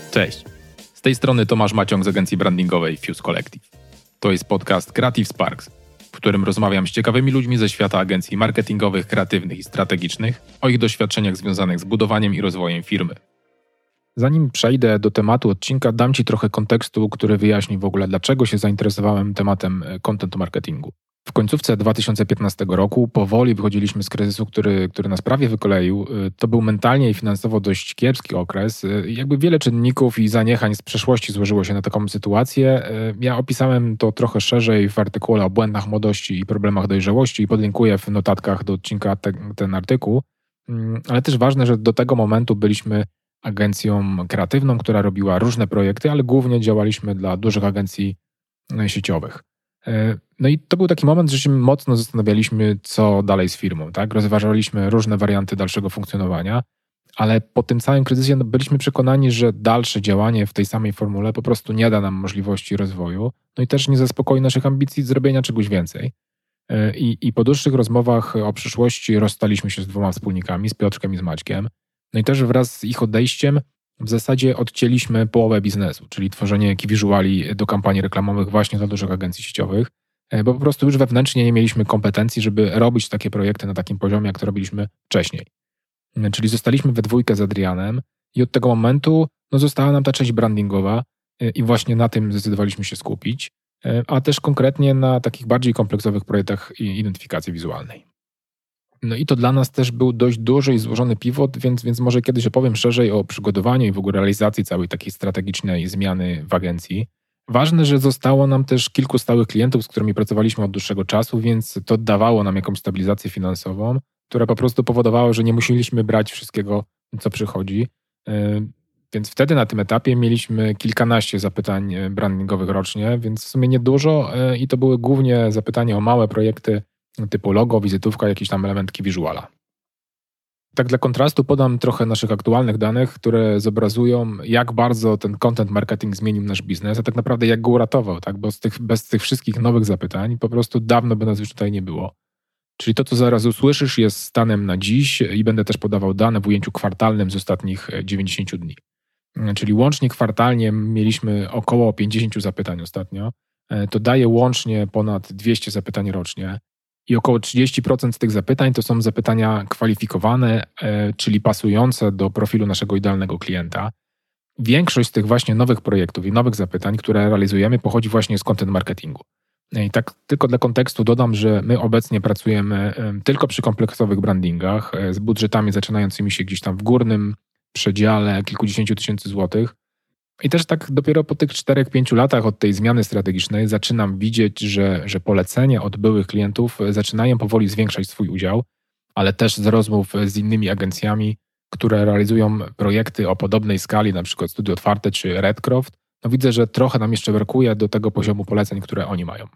Cześć, z tej strony Tomasz Maciąg z agencji brandingowej Fuse Collective. To jest podcast Creative Sparks, w którym rozmawiam z ciekawymi ludźmi ze świata agencji marketingowych, kreatywnych i strategicznych o ich doświadczeniach związanych z budowaniem i rozwojem firmy. Zanim przejdę do tematu odcinka, dam Ci trochę kontekstu, który wyjaśni w ogóle, dlaczego się zainteresowałem tematem content marketingu. W końcówce 2015 roku powoli wychodziliśmy z kryzysu, który nas prawie wykoleił. To był mentalnie i finansowo dość kiepski okres. Jakby wiele czynników i zaniechań z przeszłości złożyło się na taką sytuację. Ja opisałem to trochę szerzej w artykule o błędach młodości i problemach dojrzałości i podlinkuję w notatkach do odcinka ten artykuł. Ale też ważne, że do tego momentu byliśmy agencją kreatywną, która robiła różne projekty, ale głównie działaliśmy dla dużych agencji sieciowych. No i to był taki moment, że się mocno zastanawialiśmy, co dalej z firmą, tak? Rozważaliśmy różne warianty dalszego funkcjonowania, ale po tym całym kryzysie byliśmy przekonani, że dalsze działanie w tej samej formule po prostu nie da nam możliwości rozwoju, no i też nie zaspokoi naszych ambicji zrobienia czegoś więcej. I po dłuższych rozmowach o przyszłości rozstaliśmy się z dwoma wspólnikami, z Piotrkiem i z Maćkiem. No i też wraz z ich odejściem w zasadzie odcięliśmy połowę biznesu, czyli tworzenie key visuali do kampanii reklamowych właśnie dla dużych agencji sieciowych, bo po prostu już wewnętrznie nie mieliśmy kompetencji, żeby robić takie projekty na takim poziomie, jak to robiliśmy wcześniej. Czyli zostaliśmy we dwójkę z Adrianem i od tego momentu została nam ta część brandingowa i właśnie na tym zdecydowaliśmy się skupić, a też konkretnie na takich bardziej kompleksowych projektach identyfikacji wizualnej. No i to dla nas też był dość duży i złożony pivot, więc może kiedyś opowiem szerzej o przygotowaniu i w ogóle realizacji całej takiej strategicznej zmiany w agencji. Ważne, że zostało nam też kilku stałych klientów, z którymi pracowaliśmy od dłuższego czasu, więc to dawało nam jakąś stabilizację finansową, która po prostu powodowała, że nie musieliśmy brać wszystkiego, co przychodzi. Więc wtedy na tym etapie mieliśmy kilkanaście zapytań brandingowych rocznie, więc w sumie niedużo i to były głównie zapytania o małe projekty typu logo, wizytówka, jakiś tam element key visuala. Tak dla kontrastu podam trochę naszych aktualnych danych, które zobrazują, jak bardzo ten content marketing zmienił nasz biznes, a tak naprawdę jak go uratował, tak? Bo bez tych wszystkich nowych zapytań po prostu dawno by nas już tutaj nie było. Czyli to, co zaraz usłyszysz, jest stanem na dziś i będę też podawał dane w ujęciu kwartalnym z ostatnich 90 dni. Czyli łącznie kwartalnie mieliśmy około 50 zapytań ostatnio. To daje łącznie ponad 200 zapytań rocznie. I około 30% z tych zapytań to są zapytania kwalifikowane, czyli pasujące do profilu naszego idealnego klienta. Większość z tych właśnie nowych projektów i nowych zapytań, które realizujemy, pochodzi właśnie z content marketingu. I tak tylko dla kontekstu dodam, że my obecnie pracujemy tylko przy kompleksowych brandingach z budżetami zaczynającymi się gdzieś tam w górnym przedziale kilkudziesięciu tysięcy złotych. I też tak dopiero po tych 4-5 latach od tej zmiany strategicznej zaczynam widzieć, że polecenia od byłych klientów zaczynają powoli zwiększać swój udział, ale też z rozmów z innymi agencjami, które realizują projekty o podobnej skali, na przykład Studio Otwarte czy Redcroft, widzę, że trochę nam jeszcze brakuje do tego poziomu poleceń, które oni mają.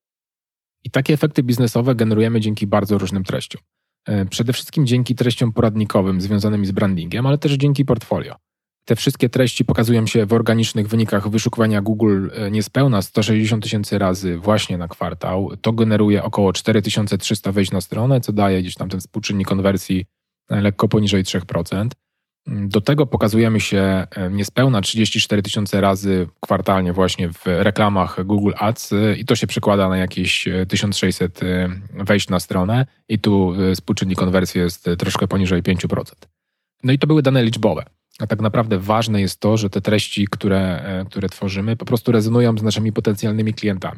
I takie efekty biznesowe generujemy dzięki bardzo różnym treściom. Przede wszystkim dzięki treściom poradnikowym związanym z brandingiem, ale też dzięki portfolio. Te wszystkie treści pokazują się w organicznych wynikach wyszukiwania Google niespełna 160 tysięcy razy właśnie na kwartał. To generuje około 4300 wejść na stronę, co daje gdzieś tam ten współczynnik konwersji lekko poniżej 3%. Do tego pokazujemy się niespełna 34 tysiące razy kwartalnie właśnie w reklamach Google Ads i to się przekłada na jakieś 1600 wejść na stronę i tu współczynnik konwersji jest troszkę poniżej 5%. No i to były dane liczbowe. A tak naprawdę ważne jest to, że te treści, które tworzymy, po prostu rezonują z naszymi potencjalnymi klientami.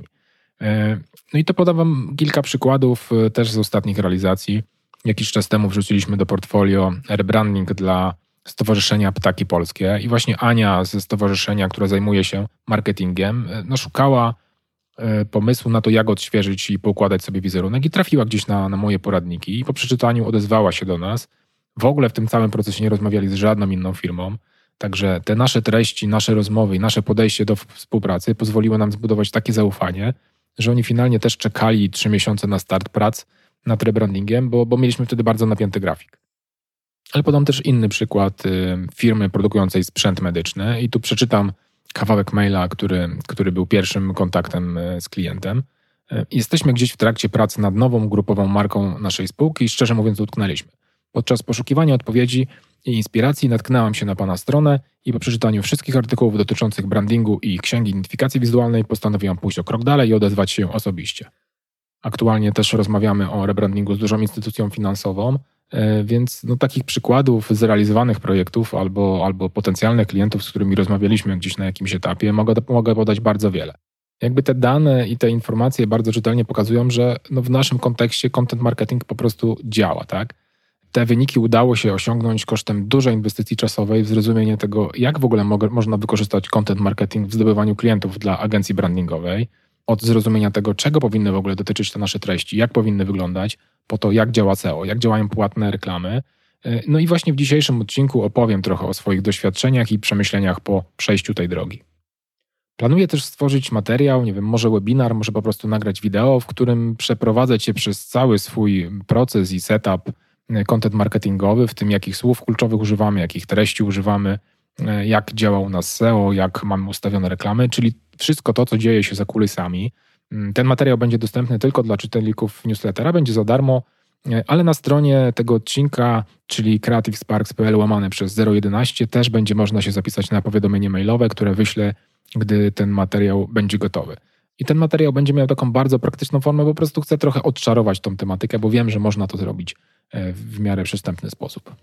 No i to podam wam kilka przykładów też z ostatnich realizacji. Jakiś czas temu wrzuciliśmy do portfolio rebranding dla Stowarzyszenia Ptaki Polskie i właśnie Ania ze stowarzyszenia, która zajmuje się marketingiem, szukała pomysłu na to, jak odświeżyć i poukładać sobie wizerunek i trafiła gdzieś na moje poradniki i po przeczytaniu odezwała się do nas. W ogóle w tym całym procesie nie rozmawiali z żadną inną firmą, także te nasze treści, nasze rozmowy i nasze podejście do współpracy pozwoliło nam zbudować takie zaufanie, że oni finalnie też czekali 3 miesiące na start prac nad rebrandingiem, bo mieliśmy wtedy bardzo napięty grafik. Ale podam też inny przykład firmy produkującej sprzęt medyczny i tu przeczytam kawałek maila, który był pierwszym kontaktem z klientem. Jesteśmy gdzieś w trakcie pracy nad nową grupową marką naszej spółki i szczerze mówiąc utknęliśmy. Podczas poszukiwania odpowiedzi i inspiracji natknęłam się na Pana stronę i po przeczytaniu wszystkich artykułów dotyczących brandingu i księgi identyfikacji wizualnej postanowiłam pójść o krok dalej i odezwać się osobiście. Aktualnie też rozmawiamy o rebrandingu z dużą instytucją finansową, więc takich przykładów zrealizowanych projektów albo potencjalnych klientów, z którymi rozmawialiśmy gdzieś na jakimś etapie, mogę podać bardzo wiele. Jakby te dane i te informacje bardzo czytelnie pokazują, że w naszym kontekście content marketing po prostu działa, tak? Te wyniki udało się osiągnąć kosztem dużej inwestycji czasowej w zrozumienie tego, jak w ogóle można wykorzystać content marketing w zdobywaniu klientów dla agencji brandingowej, od zrozumienia tego, czego powinny w ogóle dotyczyć te nasze treści, jak powinny wyglądać, po to, jak działa SEO, jak działają płatne reklamy. No i właśnie w dzisiejszym odcinku opowiem trochę o swoich doświadczeniach i przemyśleniach po przejściu tej drogi. Planuję też stworzyć materiał, może webinar, może po prostu nagrać wideo, w którym przeprowadzę Cię przez cały swój proces i setup content marketingowy, w tym jakich słów kluczowych używamy, jakich treści używamy, jak działa u nas SEO, jak mamy ustawione reklamy, czyli wszystko to, co dzieje się za kulisami. Ten materiał będzie dostępny tylko dla czytelników newslettera, będzie za darmo, ale na stronie tego odcinka, czyli creativesparks.pl/011 też będzie można się zapisać na powiadomienie mailowe, które wyślę, gdy ten materiał będzie gotowy. I ten materiał będzie miał taką bardzo praktyczną formę, po prostu chcę trochę odczarować tą tematykę, bo wiem, że można to zrobić w miarę przystępny sposób.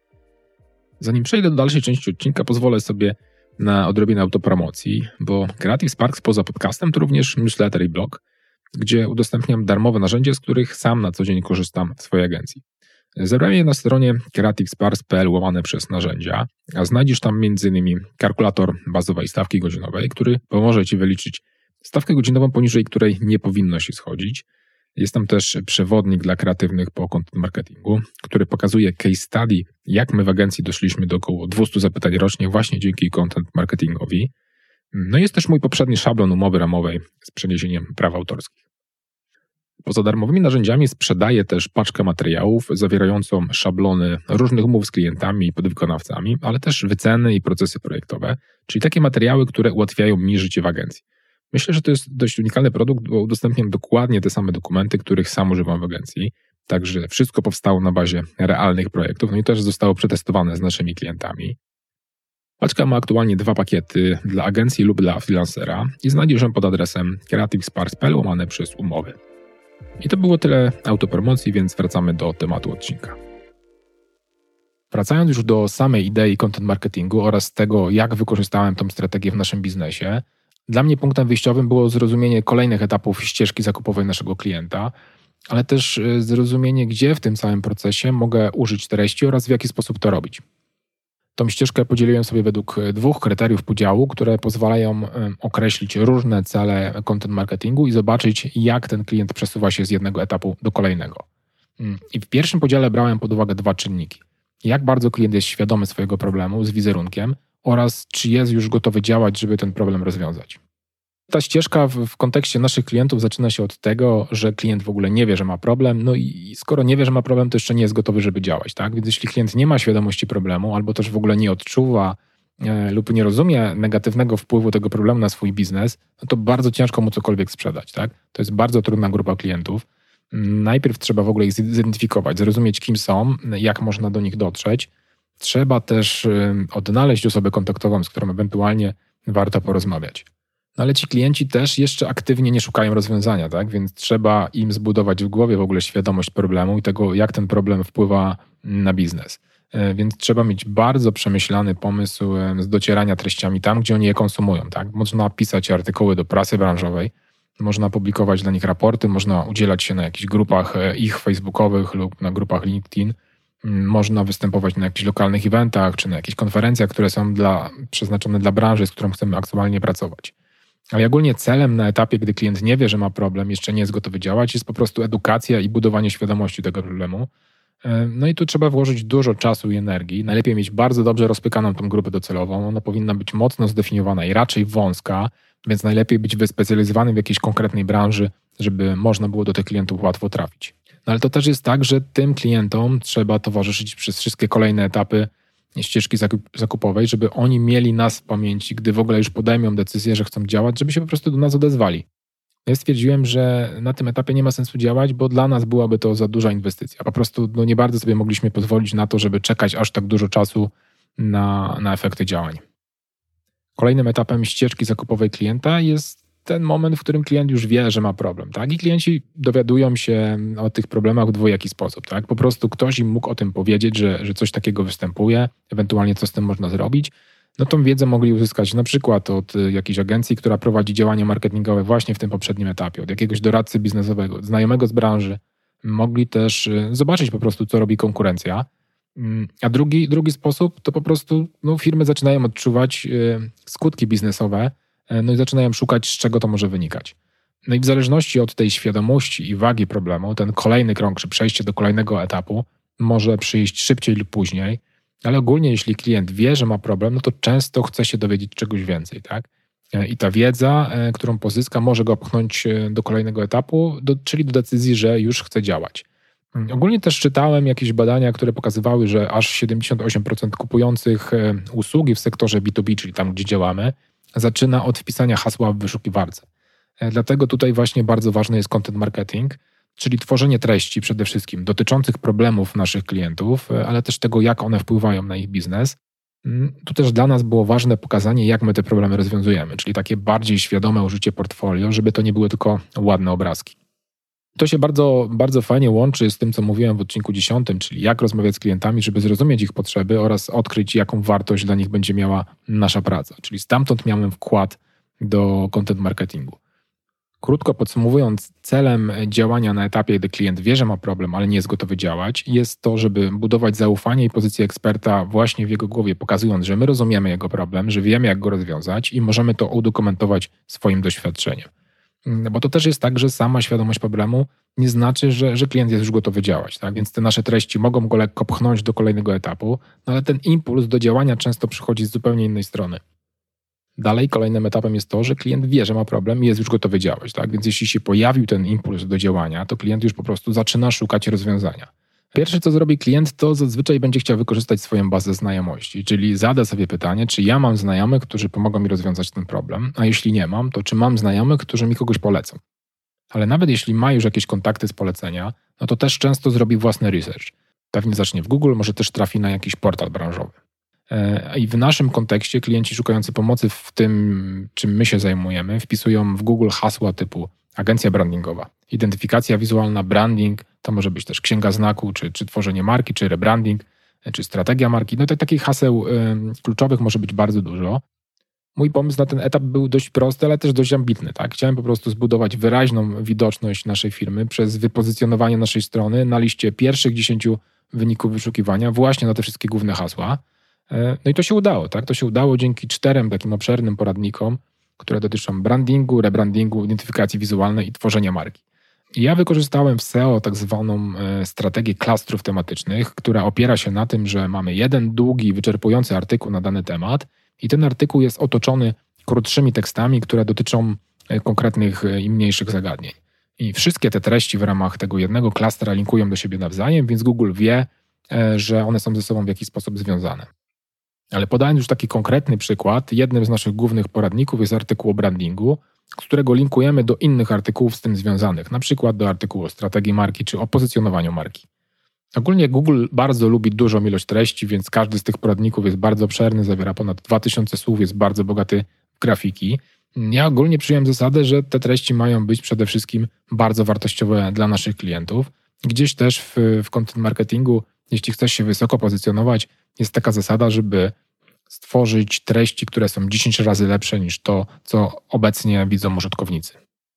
Zanim przejdę do dalszej części odcinka, pozwolę sobie na odrobinę autopromocji, bo Creative Sparks poza podcastem to również newsletter i blog, gdzie udostępniam darmowe narzędzia, z których sam na co dzień korzystam w swojej agencji. Zebrałem je na stronie creativesparks.pl/narzędzia, a znajdziesz tam m.in. kalkulator bazowej stawki godzinowej, który pomoże Ci wyliczyć stawkę godzinową, poniżej której nie powinno się schodzić. Jest tam też przewodnik dla kreatywnych po content marketingu, który pokazuje case study, jak my w agencji doszliśmy do około 200 zapytań rocznie właśnie dzięki content marketingowi. No jest też mój poprzedni szablon umowy ramowej z przeniesieniem praw autorskich. Poza darmowymi narzędziami sprzedaję też paczkę materiałów zawierającą szablony różnych umów z klientami i podwykonawcami, ale też wyceny i procesy projektowe, czyli takie materiały, które ułatwiają mi życie w agencji. Myślę, że to jest dość unikalny produkt, bo udostępniam dokładnie te same dokumenty, których sam używam w agencji. Także wszystko powstało na bazie realnych projektów, no i też zostało przetestowane z naszymi klientami. Paczka ma aktualnie 2 pakiety dla agencji lub dla freelancera i znajdziesz ją pod adresem creativesparks.pl/umowy. I to było tyle autopromocji, więc wracamy do tematu odcinka. Wracając już do samej idei content marketingu oraz tego, jak wykorzystałem tą strategię w naszym biznesie, dla mnie punktem wyjściowym było zrozumienie kolejnych etapów ścieżki zakupowej naszego klienta, ale też zrozumienie, gdzie w tym całym procesie mogę użyć treści oraz w jaki sposób to robić. Tą ścieżkę podzieliłem sobie według 2 kryteriów podziału, które pozwalają określić różne cele content marketingu i zobaczyć, jak ten klient przesuwa się z jednego etapu do kolejnego. I w pierwszym podziale brałem pod uwagę 2 czynniki. Jak bardzo klient jest świadomy swojego problemu z wizerunkiem oraz czy jest już gotowy działać, żeby ten problem rozwiązać. Ta ścieżka w kontekście naszych klientów zaczyna się od tego, że klient w ogóle nie wie, że ma problem, no i skoro nie wie, że ma problem, to jeszcze nie jest gotowy, żeby działać, tak? Więc jeśli klient nie ma świadomości problemu albo też w ogóle nie odczuwa lub nie rozumie negatywnego wpływu tego problemu na swój biznes, no to bardzo ciężko mu cokolwiek sprzedać, tak? To jest bardzo trudna grupa klientów. Najpierw trzeba w ogóle ich zidentyfikować, zrozumieć, kim są, jak można do nich dotrzeć. Trzeba też odnaleźć osobę kontaktową, z którą ewentualnie warto porozmawiać. No ale ci klienci też jeszcze aktywnie nie szukają rozwiązania, tak? Więc trzeba im zbudować w głowie w ogóle świadomość problemu i tego, jak ten problem wpływa na biznes. Więc trzeba mieć bardzo przemyślany pomysł z docierania treściami tam, gdzie oni je konsumują, tak? Można pisać artykuły do prasy branżowej, można publikować dla nich raporty, można udzielać się na jakichś grupach ich facebookowych lub na grupach LinkedIn, można występować na jakichś lokalnych eventach czy na jakichś konferencjach, które są przeznaczone dla branży, z którą chcemy aktualnie pracować. Ale ogólnie celem na etapie, gdy klient nie wie, że ma problem, jeszcze nie jest gotowy działać, jest po prostu edukacja i budowanie świadomości tego problemu. No i tu trzeba włożyć dużo czasu i energii. Najlepiej mieć bardzo dobrze rozpykaną tą grupę docelową. Ona powinna być mocno zdefiniowana i raczej wąska, więc najlepiej być wyspecjalizowanym w jakiejś konkretnej branży, żeby można było do tych klientów łatwo trafić. No ale to też jest tak, że tym klientom trzeba towarzyszyć przez wszystkie kolejne etapy ścieżki zakupowej, żeby oni mieli nas w pamięci, gdy w ogóle już podejmą decyzję, że chcą działać, żeby się po prostu do nas odezwali. Ja stwierdziłem, że na tym etapie nie ma sensu działać, bo dla nas byłaby to za duża inwestycja. Po prostu nie bardzo sobie mogliśmy pozwolić na to, żeby czekać aż tak dużo czasu na efekty działań. Kolejnym etapem ścieżki zakupowej klienta jest ten moment, w którym klient już wie, że ma problem. Tak? I klienci dowiadują się o tych problemach w dwojaki sposób. Tak? Po prostu ktoś im mógł o tym powiedzieć, że coś takiego występuje, ewentualnie co z tym można zrobić. No tą wiedzę mogli uzyskać na przykład od jakiejś agencji, która prowadzi działania marketingowe właśnie w tym poprzednim etapie, od jakiegoś doradcy biznesowego, znajomego z branży. Mogli też zobaczyć po prostu, co robi konkurencja. A drugi sposób to po prostu firmy zaczynają odczuwać skutki biznesowe, no i zaczynają szukać, z czego to może wynikać. No i w zależności od tej świadomości i wagi problemu, ten kolejny krok, czy przejście do kolejnego etapu może przyjść szybciej lub później, ale ogólnie jeśli klient wie, że ma problem, no to często chce się dowiedzieć czegoś więcej, tak? I ta wiedza, którą pozyska, może go pchnąć do kolejnego etapu, czyli do decyzji, że już chce działać. Ogólnie też czytałem jakieś badania, które pokazywały, że aż 78% kupujących usługi w sektorze B2B, czyli tam, gdzie działamy, zaczyna od wpisania hasła w wyszukiwarce. Dlatego tutaj właśnie bardzo ważny jest content marketing, czyli tworzenie treści przede wszystkim dotyczących problemów naszych klientów, ale też tego, jak one wpływają na ich biznes. Tu też dla nas było ważne pokazanie, jak my te problemy rozwiązujemy, czyli takie bardziej świadome użycie portfolio, żeby to nie były tylko ładne obrazki. To się bardzo, bardzo fajnie łączy z tym, co mówiłem w odcinku 10, czyli jak rozmawiać z klientami, żeby zrozumieć ich potrzeby oraz odkryć, jaką wartość dla nich będzie miała nasza praca. Czyli stamtąd miałem wkład do content marketingu. Krótko podsumowując, celem działania na etapie, gdy klient wie, że ma problem, ale nie jest gotowy działać, jest to, żeby budować zaufanie i pozycję eksperta właśnie w jego głowie, pokazując, że my rozumiemy jego problem, że wiemy, jak go rozwiązać i możemy to udokumentować swoim doświadczeniem. Bo to też jest tak, że sama świadomość problemu nie znaczy, że klient jest już gotowy działać. Tak? Więc te nasze treści mogą go lekko pchnąć do kolejnego etapu, no ale ten impuls do działania często przychodzi z zupełnie innej strony. Dalej kolejnym etapem jest to, że klient wie, że ma problem i jest już gotowy działać. Tak? Więc jeśli się pojawił ten impuls do działania, to klient już po prostu zaczyna szukać rozwiązania. Pierwsze, co zrobi klient, to zazwyczaj będzie chciał wykorzystać swoją bazę znajomości, czyli zada sobie pytanie, czy ja mam znajomych, którzy pomogą mi rozwiązać ten problem, a jeśli nie mam, to czy mam znajomych, którzy mi kogoś polecą. Ale nawet jeśli ma już jakieś kontakty z polecenia, no to też często zrobi własny research. Pewnie zacznie w Google, może też trafi na jakiś portal branżowy. I w naszym kontekście klienci szukający pomocy w tym, czym my się zajmujemy, wpisują w Google hasła typu agencja brandingowa, identyfikacja wizualna, branding, to może być też księga znaku, czy tworzenie marki, czy rebranding, czy strategia marki. No takich haseł kluczowych może być bardzo dużo. Mój pomysł na ten etap był dość prosty, ale też dość ambitny. Tak? Chciałem po prostu zbudować wyraźną widoczność naszej firmy przez wypozycjonowanie naszej strony na liście pierwszych 10 wyników wyszukiwania właśnie na te wszystkie główne hasła. No i to się udało. Tak? To się udało dzięki 4 takim obszernym poradnikom, które dotyczą brandingu, rebrandingu, identyfikacji wizualnej i tworzenia marki. I ja wykorzystałem w SEO tak zwaną strategię klastrów tematycznych, która opiera się na tym, że mamy jeden długi, wyczerpujący artykuł na dany temat i ten artykuł jest otoczony krótszymi tekstami, które dotyczą konkretnych i mniejszych zagadnień. I wszystkie te treści w ramach tego jednego klastra linkują do siebie nawzajem, więc Google wie, że one są ze sobą w jakiś sposób związane. Ale podając już taki konkretny przykład, jednym z naszych głównych poradników jest artykuł o brandingu, z którego linkujemy do innych artykułów z tym związanych, na przykład do artykułu o strategii marki czy o pozycjonowaniu marki. Ogólnie Google bardzo lubi dużą ilość treści, więc każdy z tych poradników jest bardzo obszerny, zawiera ponad 2000 słów, jest bardzo bogaty w grafiki. Ja ogólnie przyjąłem zasadę, że te treści mają być przede wszystkim bardzo wartościowe dla naszych klientów. Gdzieś też w content marketingu, jeśli chcesz się wysoko pozycjonować, jest taka zasada, żeby stworzyć treści, które są 10 razy lepsze niż to, co obecnie widzą użytkownicy.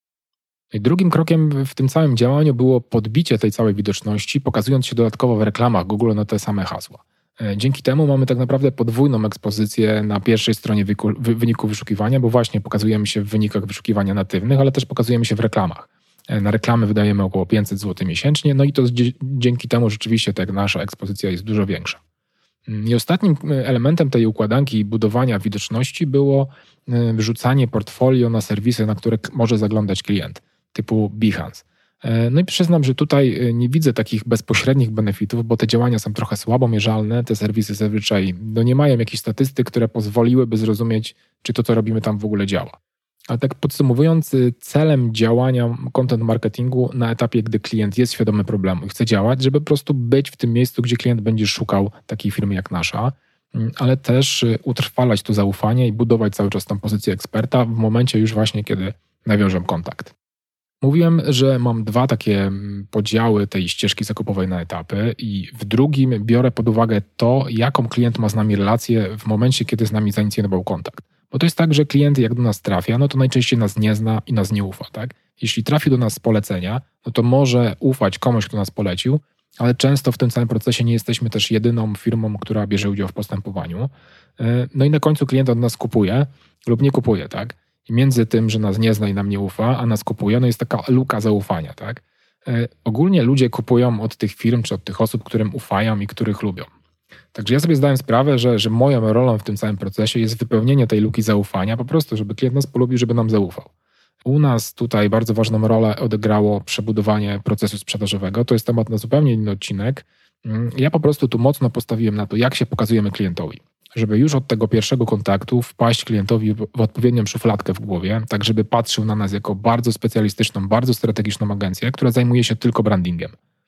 I drugim krokiem w tym całym działaniu było podbicie tej całej widoczności, pokazując się dodatkowo w reklamach Google na te same hasła. Dzięki temu mamy tak naprawdę podwójną ekspozycję na pierwszej stronie wyniku wyszukiwania, bo właśnie pokazujemy się w wynikach wyszukiwania natywnych, ale też pokazujemy się w reklamach. Na reklamy wydajemy około 500 zł miesięcznie, no i to dzięki temu rzeczywiście tak nasza ekspozycja jest dużo większa. I ostatnim elementem tej układanki i budowania widoczności było wrzucanie portfolio na serwisy, na które może zaglądać klient, typu Behance. No i przyznam, że tutaj nie widzę takich bezpośrednich benefitów, bo te działania są trochę słabo mierzalne, te serwisy zazwyczaj nie mają jakichś statystyk, które pozwoliłyby zrozumieć, czy to, co robimy tam w ogóle działa. Ale tak podsumowując, celem działania content marketingu na etapie, gdy klient jest świadomy problemu i chce działać, żeby po prostu być w tym miejscu, gdzie klient będzie szukał takiej firmy jak nasza, ale też utrwalać to zaufanie i budować cały czas tą pozycję eksperta w momencie już właśnie, kiedy nawiążę kontakt. Mówiłem, że mam 2 takie podziały tej ścieżki zakupowej na etapy i w drugim biorę pod uwagę to, jaką klient ma z nami relację w momencie, kiedy z nami zainicjował kontakt. Bo to jest tak, że klient jak do nas trafia, no to najczęściej nas nie zna i nas nie ufa, tak? Jeśli trafi do nas z polecenia, no to może ufać komuś, kto nas polecił, ale często w tym całym procesie nie jesteśmy też jedyną firmą, która bierze udział w postępowaniu. No i na końcu klient od nas kupuje lub nie kupuje, tak? I między tym, że nas nie zna i nam nie ufa, a nas kupuje, no jest taka luka zaufania, tak? Ogólnie ludzie kupują od tych firm czy od tych osób, którym ufają i których lubią. Także ja sobie zdałem sprawę, że moją rolą w tym całym procesie jest wypełnienie tej luki zaufania, po prostu, żeby klient nas polubił, żeby nam zaufał. U nas tutaj bardzo ważną rolę odegrało przebudowanie procesu sprzedażowego. To jest temat na zupełnie inny odcinek. Ja po prostu tu mocno postawiłem na to, jak się pokazujemy klientowi. Żeby już od tego pierwszego kontaktu wpaść klientowi w odpowiednią szufladkę w głowie, tak żeby patrzył na nas jako bardzo specjalistyczną, bardzo strategiczną agencję, która zajmuje się tylko brandingiem.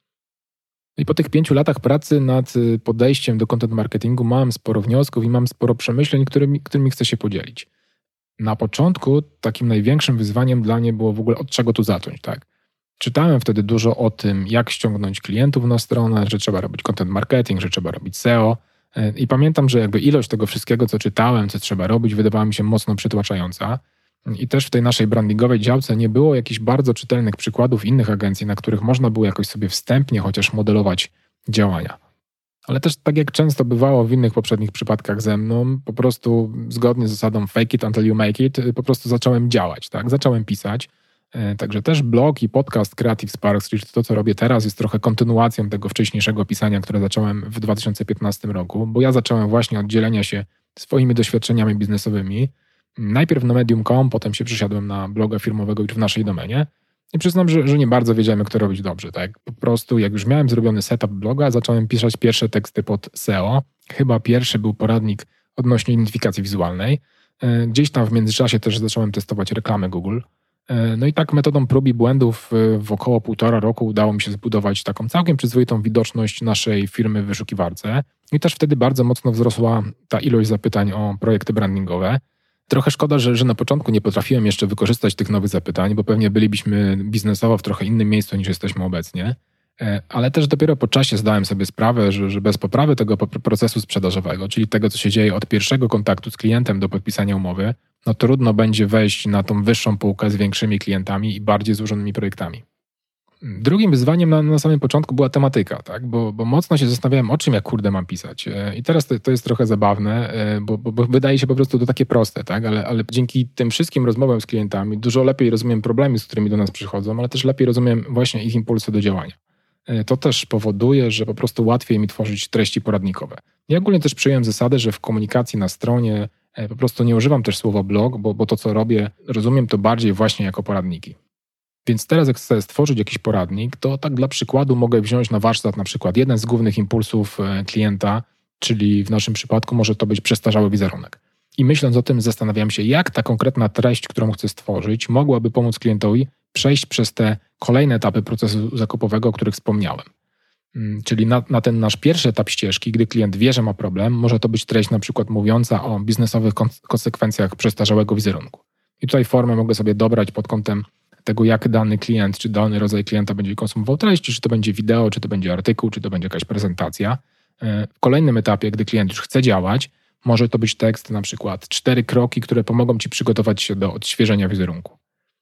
I po tych 5 latach pracy nad podejściem do content marketingu mam sporo wniosków i mam sporo przemyśleń, którymi chcę się podzielić. Na początku takim największym wyzwaniem dla mnie było w ogóle od czego tu zacząć, tak? Czytałem wtedy dużo o tym, jak ściągnąć klientów na stronę, że trzeba robić content marketing, że trzeba robić SEO. I pamiętam, że jakby ilość tego wszystkiego, co czytałem, co trzeba robić, wydawała mi się mocno przytłaczająca. I też w tej naszej brandingowej działce nie było jakichś bardzo czytelnych przykładów innych agencji, na których można było jakoś sobie wstępnie chociaż modelować działania. Ale też tak jak często bywało w innych poprzednich przypadkach ze mną, po prostu zgodnie z zasadą fake it until you make it, po prostu zacząłem działać, tak? Zacząłem pisać. Także też blog i podcast Creative Sparks, czyli to, co robię teraz, jest trochę kontynuacją tego wcześniejszego pisania, które zacząłem w 2015 roku, bo ja zacząłem właśnie od dzielenia się swoimi doświadczeniami biznesowymi. Najpierw na Medium.com, potem się przesiadłem na bloga firmowego już w naszej domenie i przyznam, że nie bardzo wiedziałem, jak to robić dobrze. Tak? Po prostu jak już miałem zrobiony setup bloga, zacząłem pisać pierwsze teksty pod SEO. Chyba pierwszy był poradnik odnośnie identyfikacji wizualnej. Gdzieś tam w międzyczasie też zacząłem testować reklamy Google. No i tak metodą prób i błędów w około 1,5 roku udało mi się zbudować taką całkiem przyzwoitą widoczność naszej firmy w wyszukiwarce. I też wtedy bardzo mocno wzrosła ta ilość zapytań o projekty brandingowe. Trochę szkoda, że na początku nie potrafiłem jeszcze wykorzystać tych nowych zapytań, bo pewnie bylibyśmy biznesowo w trochę innym miejscu niż jesteśmy obecnie. Ale też dopiero po czasie zdałem sobie sprawę, że bez poprawy tego procesu sprzedażowego, czyli tego, co się dzieje od pierwszego kontaktu z klientem do podpisania umowy, no trudno będzie wejść na tą wyższą półkę z większymi klientami i bardziej złożonymi projektami. Drugim wyzwaniem na samym początku była tematyka, tak? Bo mocno się zastanawiałem, o czym ja mam pisać. I teraz to jest trochę zabawne, bo wydaje się po prostu to takie proste, tak? Ale dzięki tym wszystkim rozmowom z klientami dużo lepiej rozumiem problemy, z którymi do nas przychodzą, ale też lepiej rozumiem właśnie ich impulsy do działania. To też powoduje, że po prostu łatwiej mi tworzyć treści poradnikowe. Ja ogólnie też przyjąłem zasadę, że w komunikacji na stronie po prostu nie używam też słowa blog, bo to, co robię, rozumiem to bardziej właśnie jako poradniki. Więc teraz jak chcę stworzyć jakiś poradnik, to tak dla przykładu mogę wziąć na warsztat na przykład jeden z głównych impulsów klienta, czyli w naszym przypadku może to być przestarzały wizerunek. I myśląc o tym zastanawiam się, jak ta konkretna treść, którą chcę stworzyć, mogłaby pomóc klientowi przejść przez te kolejne etapy procesu zakupowego, o których wspomniałem. Czyli na ten nasz pierwszy etap ścieżki, gdy klient wie, że ma problem, może to być treść na przykład mówiąca o biznesowych konsekwencjach przestarzałego wizerunku. I tutaj formę mogę sobie dobrać pod kątem tego, jak dany klient, czy dany rodzaj klienta będzie konsumował treści, czy to będzie wideo, czy to będzie artykuł, czy to będzie jakaś prezentacja. W kolejnym etapie, gdy klient już chce działać, może to być tekst, na przykład 4 kroki, które pomogą Ci przygotować się do odświeżenia wizerunku.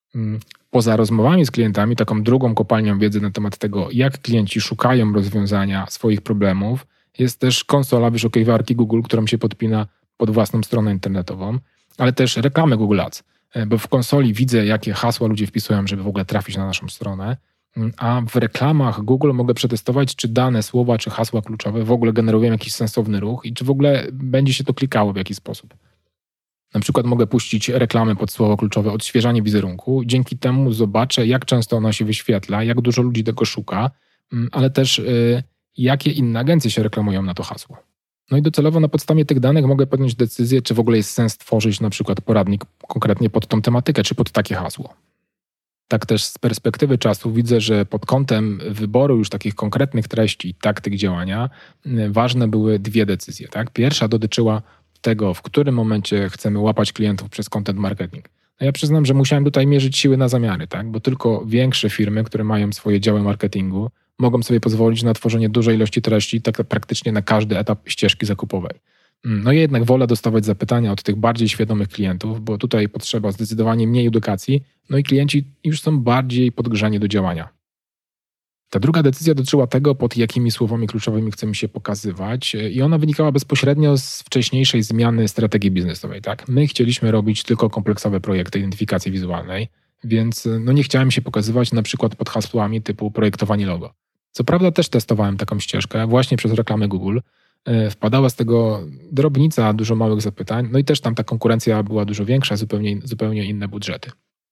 Poza rozmowami z klientami, taką drugą kopalnią wiedzy na temat tego, jak klienci szukają rozwiązania swoich problemów, jest też konsola wyszukiwarki Google, którą się podpina pod własną stronę internetową, ale też reklamy Google Ads, bo w konsoli widzę, jakie hasła ludzie wpisują, żeby w ogóle trafić na naszą stronę, a w reklamach Google mogę przetestować, czy dane słowa, czy hasła kluczowe w ogóle generują jakiś sensowny ruch i czy w ogóle będzie się to klikało w jakiś sposób. Na przykład mogę puścić reklamę pod słowo kluczowe odświeżanie wizerunku. Dzięki temu zobaczę, jak często ona się wyświetla, jak dużo ludzi tego szuka, ale też jakie inne agencje się reklamują na to hasło. No i docelowo na podstawie tych danych mogę podjąć decyzję, czy w ogóle jest sens tworzyć na przykład poradnik konkretnie pod tą tematykę, czy pod takie hasło. Tak też z perspektywy czasu widzę, że pod kątem wyboru już takich konkretnych treści i taktyk działania ważne były dwie decyzje. Tak? Pierwsza dotyczyła tego, w którym momencie chcemy łapać klientów przez content marketing. No ja przyznam, że musiałem tutaj mierzyć siły na zamiary, tak? Bo tylko większe firmy, które mają swoje działy marketingu, mogą sobie pozwolić na tworzenie dużej ilości treści tak praktycznie na każdy etap ścieżki zakupowej. No i jednak wolę dostawać zapytania od tych bardziej świadomych klientów, bo tutaj potrzeba zdecydowanie mniej edukacji, no i klienci już są bardziej podgrzani do działania. Ta druga decyzja dotyczyła tego, pod jakimi słowami kluczowymi chcemy się pokazywać i ona wynikała bezpośrednio z wcześniejszej zmiany strategii biznesowej. Tak? My chcieliśmy robić tylko kompleksowe projekty identyfikacji wizualnej, więc nie chciałem się pokazywać na przykład pod hasłami typu projektowanie logo. Co prawda też testowałem taką ścieżkę właśnie przez reklamę Google. Wpadała z tego drobnica, dużo małych zapytań, no i też tam ta konkurencja była dużo większa, zupełnie inne budżety.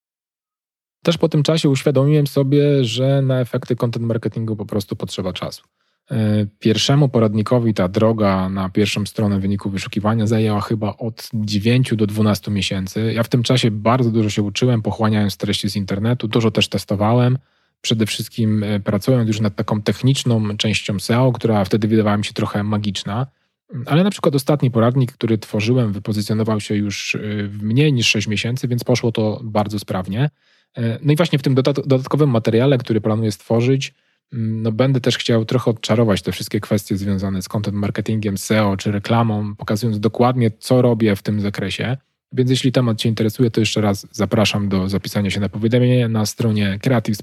Też po tym czasie uświadomiłem sobie, że na efekty content marketingu po prostu potrzeba czasu. Pierwszemu poradnikowi ta droga na pierwszą stronę wyniku wyszukiwania zajęła chyba od 9 do 12 miesięcy. Ja w tym czasie bardzo dużo się uczyłem, pochłaniając treści z internetu, dużo też testowałem. Przede wszystkim pracując już nad taką techniczną częścią SEO, która wtedy wydawała mi się trochę magiczna. Ale na przykład ostatni poradnik, który tworzyłem, wypozycjonował się już w mniej niż 6 miesięcy, więc poszło to bardzo sprawnie. No i właśnie w tym dodatkowym materiale, który planuję stworzyć, będę też chciał trochę odczarować te wszystkie kwestie związane z content marketingiem, SEO czy reklamą, pokazując dokładnie, co robię w tym zakresie. Więc jeśli temat Cię interesuje, to jeszcze raz zapraszam do zapisania się na powiadomienie na stronie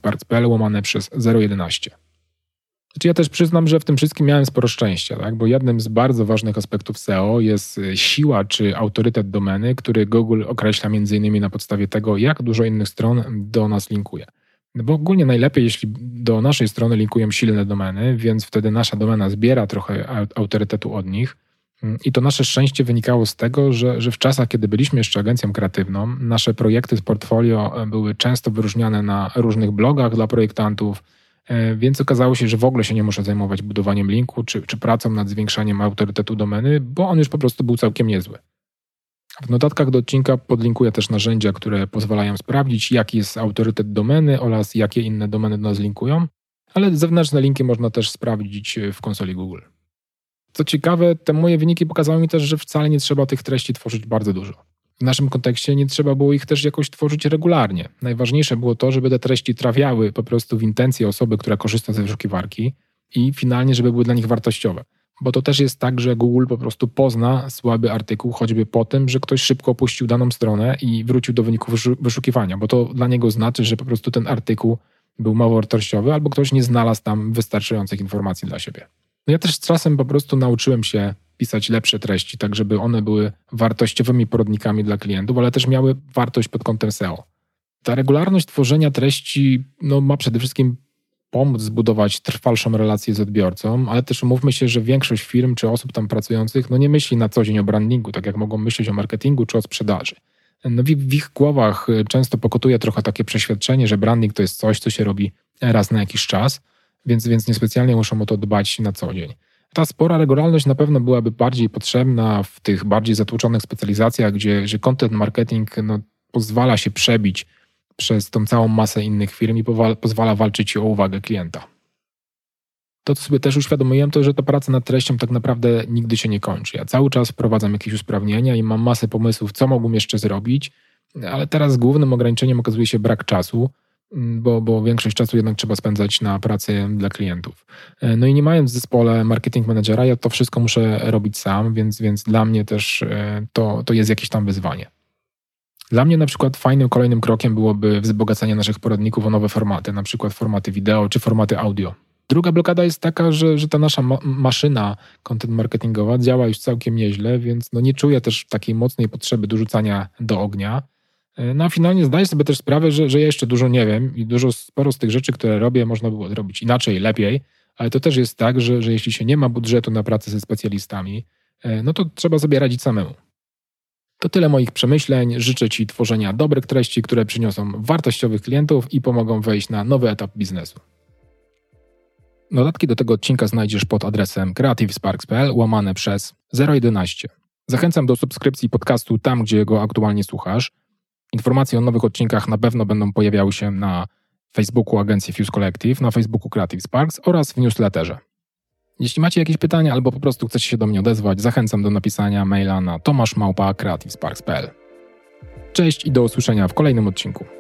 creativesparks.pl/011. Ja też przyznam, że w tym wszystkim miałem sporo szczęścia, tak? Bo jednym z bardzo ważnych aspektów SEO jest siła czy autorytet domeny, który Google określa m.in. na podstawie tego, jak dużo innych stron do nas linkuje. Bo ogólnie najlepiej, jeśli do naszej strony linkują silne domeny, więc wtedy nasza domena zbiera trochę autorytetu od nich. I to nasze szczęście wynikało z tego, że w czasach, kiedy byliśmy jeszcze agencją kreatywną, nasze projekty z portfolio były często wyróżniane na różnych blogach dla projektantów, więc okazało się, że w ogóle się nie muszę zajmować budowaniem linku czy pracą nad zwiększaniem autorytetu domeny, bo on już po prostu był całkiem niezły. W notatkach do odcinka podlinkuję też narzędzia, które pozwalają sprawdzić, jaki jest autorytet domeny oraz jakie inne domeny do nas linkują, ale zewnętrzne linki można też sprawdzić w konsoli Google. Co ciekawe, te moje wyniki pokazały mi też, że wcale nie trzeba tych treści tworzyć bardzo dużo. W naszym kontekście nie trzeba było ich też jakoś tworzyć regularnie. Najważniejsze było to, żeby te treści trafiały po prostu w intencje osoby, która korzysta ze wyszukiwarki i finalnie, żeby były dla nich wartościowe. Bo to też jest tak, że Google po prostu pozna słaby artykuł choćby po tym, że ktoś szybko opuścił daną stronę i wrócił do wyników wyszukiwania, bo to dla niego znaczy, że po prostu ten artykuł był mało wartościowy albo ktoś nie znalazł tam wystarczających informacji dla siebie. No ja też z czasem po prostu nauczyłem się pisać lepsze treści, tak żeby one były wartościowymi poradnikami dla klientów, ale też miały wartość pod kątem SEO. Ta regularność tworzenia treści ma przede wszystkim pomóc zbudować trwalszą relację z odbiorcą, ale też umówmy się, że większość firm czy osób tam pracujących nie myśli na co dzień o brandingu, tak jak mogą myśleć o marketingu czy o sprzedaży. W ich głowach często pokutuje trochę takie przeświadczenie, że branding to jest coś, co się robi raz na jakiś czas, więc niespecjalnie muszą o to dbać na co dzień. Ta spora regularność na pewno byłaby bardziej potrzebna w tych bardziej zatłoczonych specjalizacjach, gdzie content marketing pozwala się przebić przez tą całą masę innych firm i pozwala walczyć o uwagę klienta. To, co sobie też uświadomiłem, to że ta praca nad treścią tak naprawdę nigdy się nie kończy. Ja cały czas wprowadzam jakieś usprawnienia i mam masę pomysłów, co mógłbym jeszcze zrobić, ale teraz głównym ograniczeniem okazuje się brak czasu, bo większość czasu jednak trzeba spędzać na pracy dla klientów. No i nie mając w zespole marketing managera, ja to wszystko muszę robić sam, więc dla mnie też to jest jakieś tam wyzwanie. Dla mnie na przykład fajnym kolejnym krokiem byłoby wzbogacanie naszych poradników o nowe formaty, na przykład formaty wideo czy formaty audio. Druga blokada jest taka, że ta nasza maszyna content marketingowa działa już całkiem nieźle, więc nie czuję też takiej mocnej potrzeby dorzucania do ognia. A finalnie zdaję sobie też sprawę, że ja jeszcze dużo nie wiem i sporo z tych rzeczy, które robię, można było zrobić inaczej, lepiej, ale to też jest tak, że jeśli się nie ma budżetu na pracę ze specjalistami, to trzeba sobie radzić samemu. To tyle moich przemyśleń. Życzę Ci tworzenia dobrych treści, które przyniosą wartościowych klientów i pomogą wejść na nowy etap biznesu. Notatki do tego odcinka znajdziesz pod adresem creativesparks.pl/011. Zachęcam do subskrypcji podcastu tam, gdzie go aktualnie słuchasz. Informacje o nowych odcinkach na pewno będą pojawiały się na Facebooku agencji Fuse Collective, na Facebooku Creative Sparks oraz w newsletterze. Jeśli macie jakieś pytania albo po prostu chcecie się do mnie odezwać, zachęcam do napisania maila na tomaszmałpa.creativesparks.pl. Cześć i do usłyszenia w kolejnym odcinku.